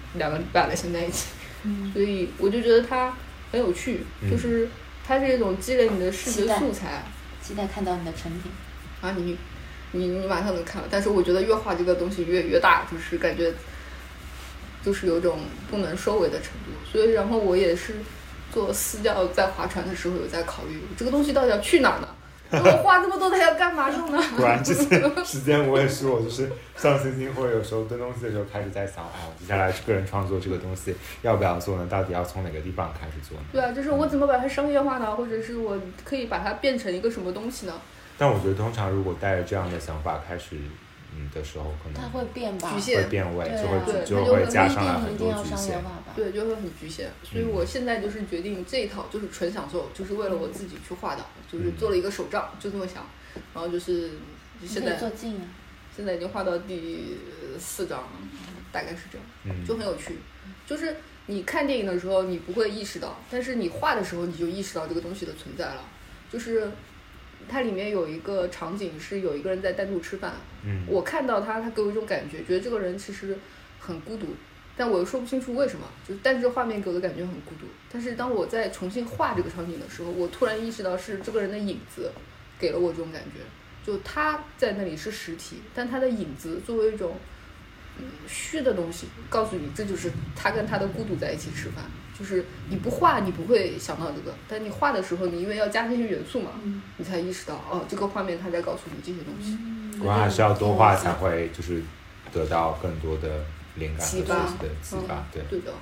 2个礼拜了，现在已经。所以我就觉得它很有趣，就是它是一种积累你的视觉素材。 期待看到你的成品啊！你马上能看了，但是我觉得越画这个东西越大，就是感觉就是有种不能收尾的程度。所以然后我也是做私教在划船的时候有在考虑这个东西到底要去哪儿呢？我画这么多它要干嘛用呢？ 果然这些时间我也是，我就是上星星或者有时候蹲东西的时候开始在想，我接下来个人创作这个东西要不要做呢？到底要从哪个地方开始做呢？ 对啊，就是我怎么把它商业化呢？或者是我可以把它变成一个什么东西呢？ 但我觉得通常如果带着这样的想法开始的时候，可能它会变吧， 局限， 会变味，就会加上了很多局限， 对，就会很局限。所以我现在就是决定这一套就是纯享受，就是为了我自己去画的，就是做了一个手账，就这么想。然后就是现在做镜啊， 现在已经画到第4张，大概是这样，就很有趣。就是你看电影的时候你不会意识到，但是你画的时候你就意识到这个东西的存在了。就是它里面有一个场景是有一个人在单独吃饭，我看到他给我一种感觉，觉得这个人其实很孤独，但我又说不清楚为什么，但是画面给我的感觉很孤独。但是当我再重新画这个场景的时候，我突然意识到是这个人的影子给了我这种感觉，就他在那里是实体，但他的影子作为一种虚的东西，告诉你这就是他跟他的孤独在一起吃饭。就是你不画你不会想到这个，但你画的时候你因为要加这些元素嘛，你才意识到这个画面它在告诉你这些东西。 果然还是要多画才会就是得到更多的灵感和学习的启发。 对的。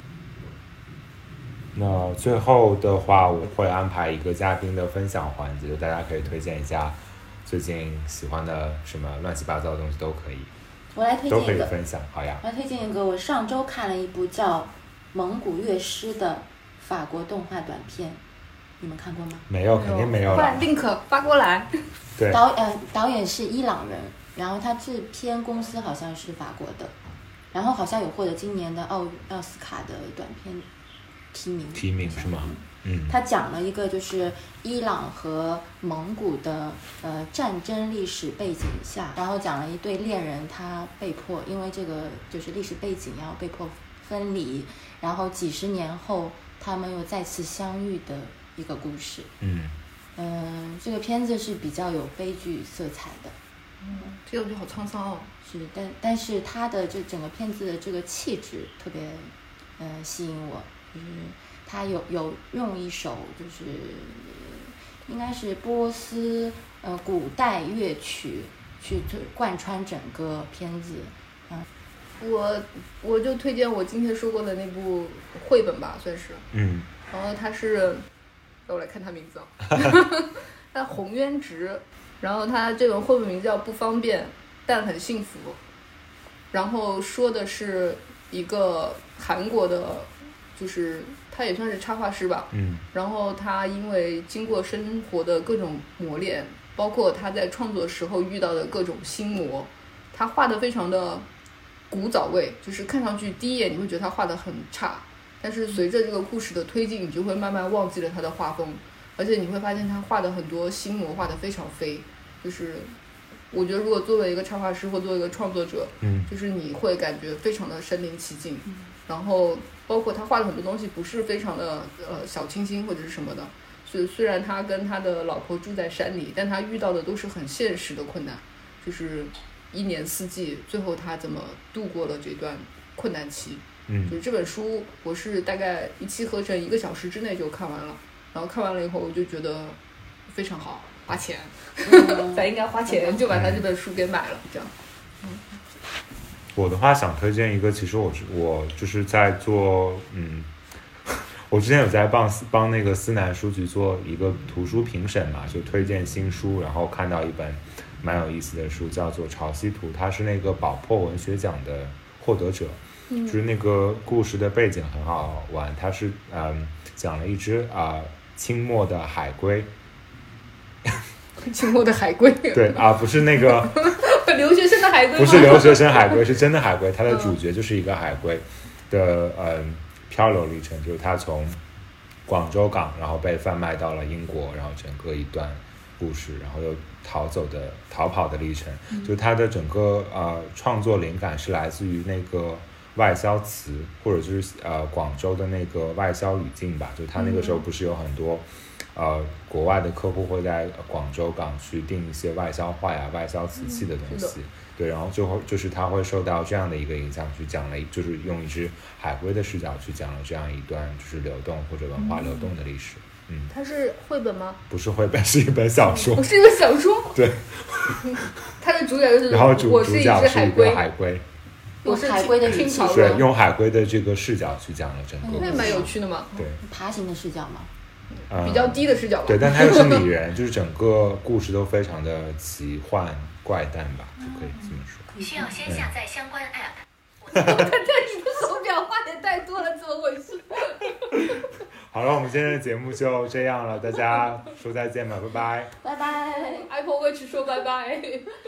那最后的话我会安排一个嘉宾的分享环节，大家可以推荐一下最近喜欢的什么乱七八糟的东西都可以， 我来推荐一个， 都可以分享。好呀， 我来推荐一个，我上周看了一部叫《蒙古乐师》的法国动画短片，你们看过吗？ 没有，肯定没有了。 快 link 发过来。 对， 导演是伊朗人，然后他制片公司好像是法国的，然后好像有获得今年的奥斯卡的短片提名是吗？ 他讲了一个就是伊朗和蒙古的战争历史背景下，然后讲了一对恋人，他被迫因为这个就是历史背景要被迫分离，然后几十年后他们又再次相遇的一个故事。这个片子是比较有悲剧色彩的。 这个就好沧桑哦。 是，但是他的这整个片子的这个气质特别吸引我，就是他有用一首就是应该是波斯古代乐曲去贯穿整个片子。 我就推荐我今天说过的那部绘本吧，算是。然后它是，让我来看它名字它红渊直，然后它这本绘本名叫《不方便但很幸福》，然后说的是一个韩国的，就是他也算是插画师吧。然后他因为经过生活的各种磨练，包括他在创作时候遇到的各种心魔，他画的非常的古早味，就是看上去第一眼你会觉得他画的很差，但是随着这个故事的推进，你就会慢慢忘记了他的画风，而且你会发现他画的很多心魔画的非常飞。就是我觉得如果作为一个插画师或作为一个创作者，就是你会感觉非常的身临其境。然后包括他画的很多东西不是非常的小清新或者是什么的，所以虽然他跟他的老婆住在山里，但他遇到的都是很现实的困难，就是一年四季，最后他怎么度过了这段困难期。就是这本书我是大概一气呵成1个小时之内就看完了，然后看完了以后我就觉得非常好，花钱咱应该花钱就把他这本书给买了，这样。 我的话想推荐一个，其实我就是在做我之前有在帮那个思南书局做一个图书评审嘛，就推荐新书，然后看到一本蛮有意思的书叫做《潮汐图》，它是那个宝珀文学奖的获得者。就是那个故事的背景很好玩，它是讲了一只清末的海龟。 清末的海龟？ 对不是那个留学生的海龟吗？ 不是留学生海龟，是真的海龟。它的主角就是一个海龟的漂流历程，就是它从广州港然后被贩卖到了英国，然后整个一段故事，然后又逃跑的历程。就它的整个创作灵感是来自于那个外销词，或者就是广州的那个外销语境吧，就他那个时候不是有很多国外的客户会在广州港区订一些外销话呀、外销瓷器的东西，对，然后就是他会受到这样的一个影响，去讲了，就是用一只海龟的视角去讲了这样一段就是流动或者文化流动的历史。 它是绘本吗？ 不是绘本，是一本小说。 是一本小说。 对。 它的主角就是， 然后我是一只海龟。 我是海龟的语气， 对，用海龟的这个视角去讲了整个。 那蛮有趣的嘛。 对。 爬行的视角嘛。 比较低的视角吧。 对，但它又是拟人，就是整个故事都非常的奇幻怪诞吧，就可以这么说。 需要先下载相关 app。 我看你的手表话也太多了，怎么回事？ 好了，我们今天的节目就这样了，大家说再见吧，拜拜。 拜拜。 Apple Watch 说拜拜。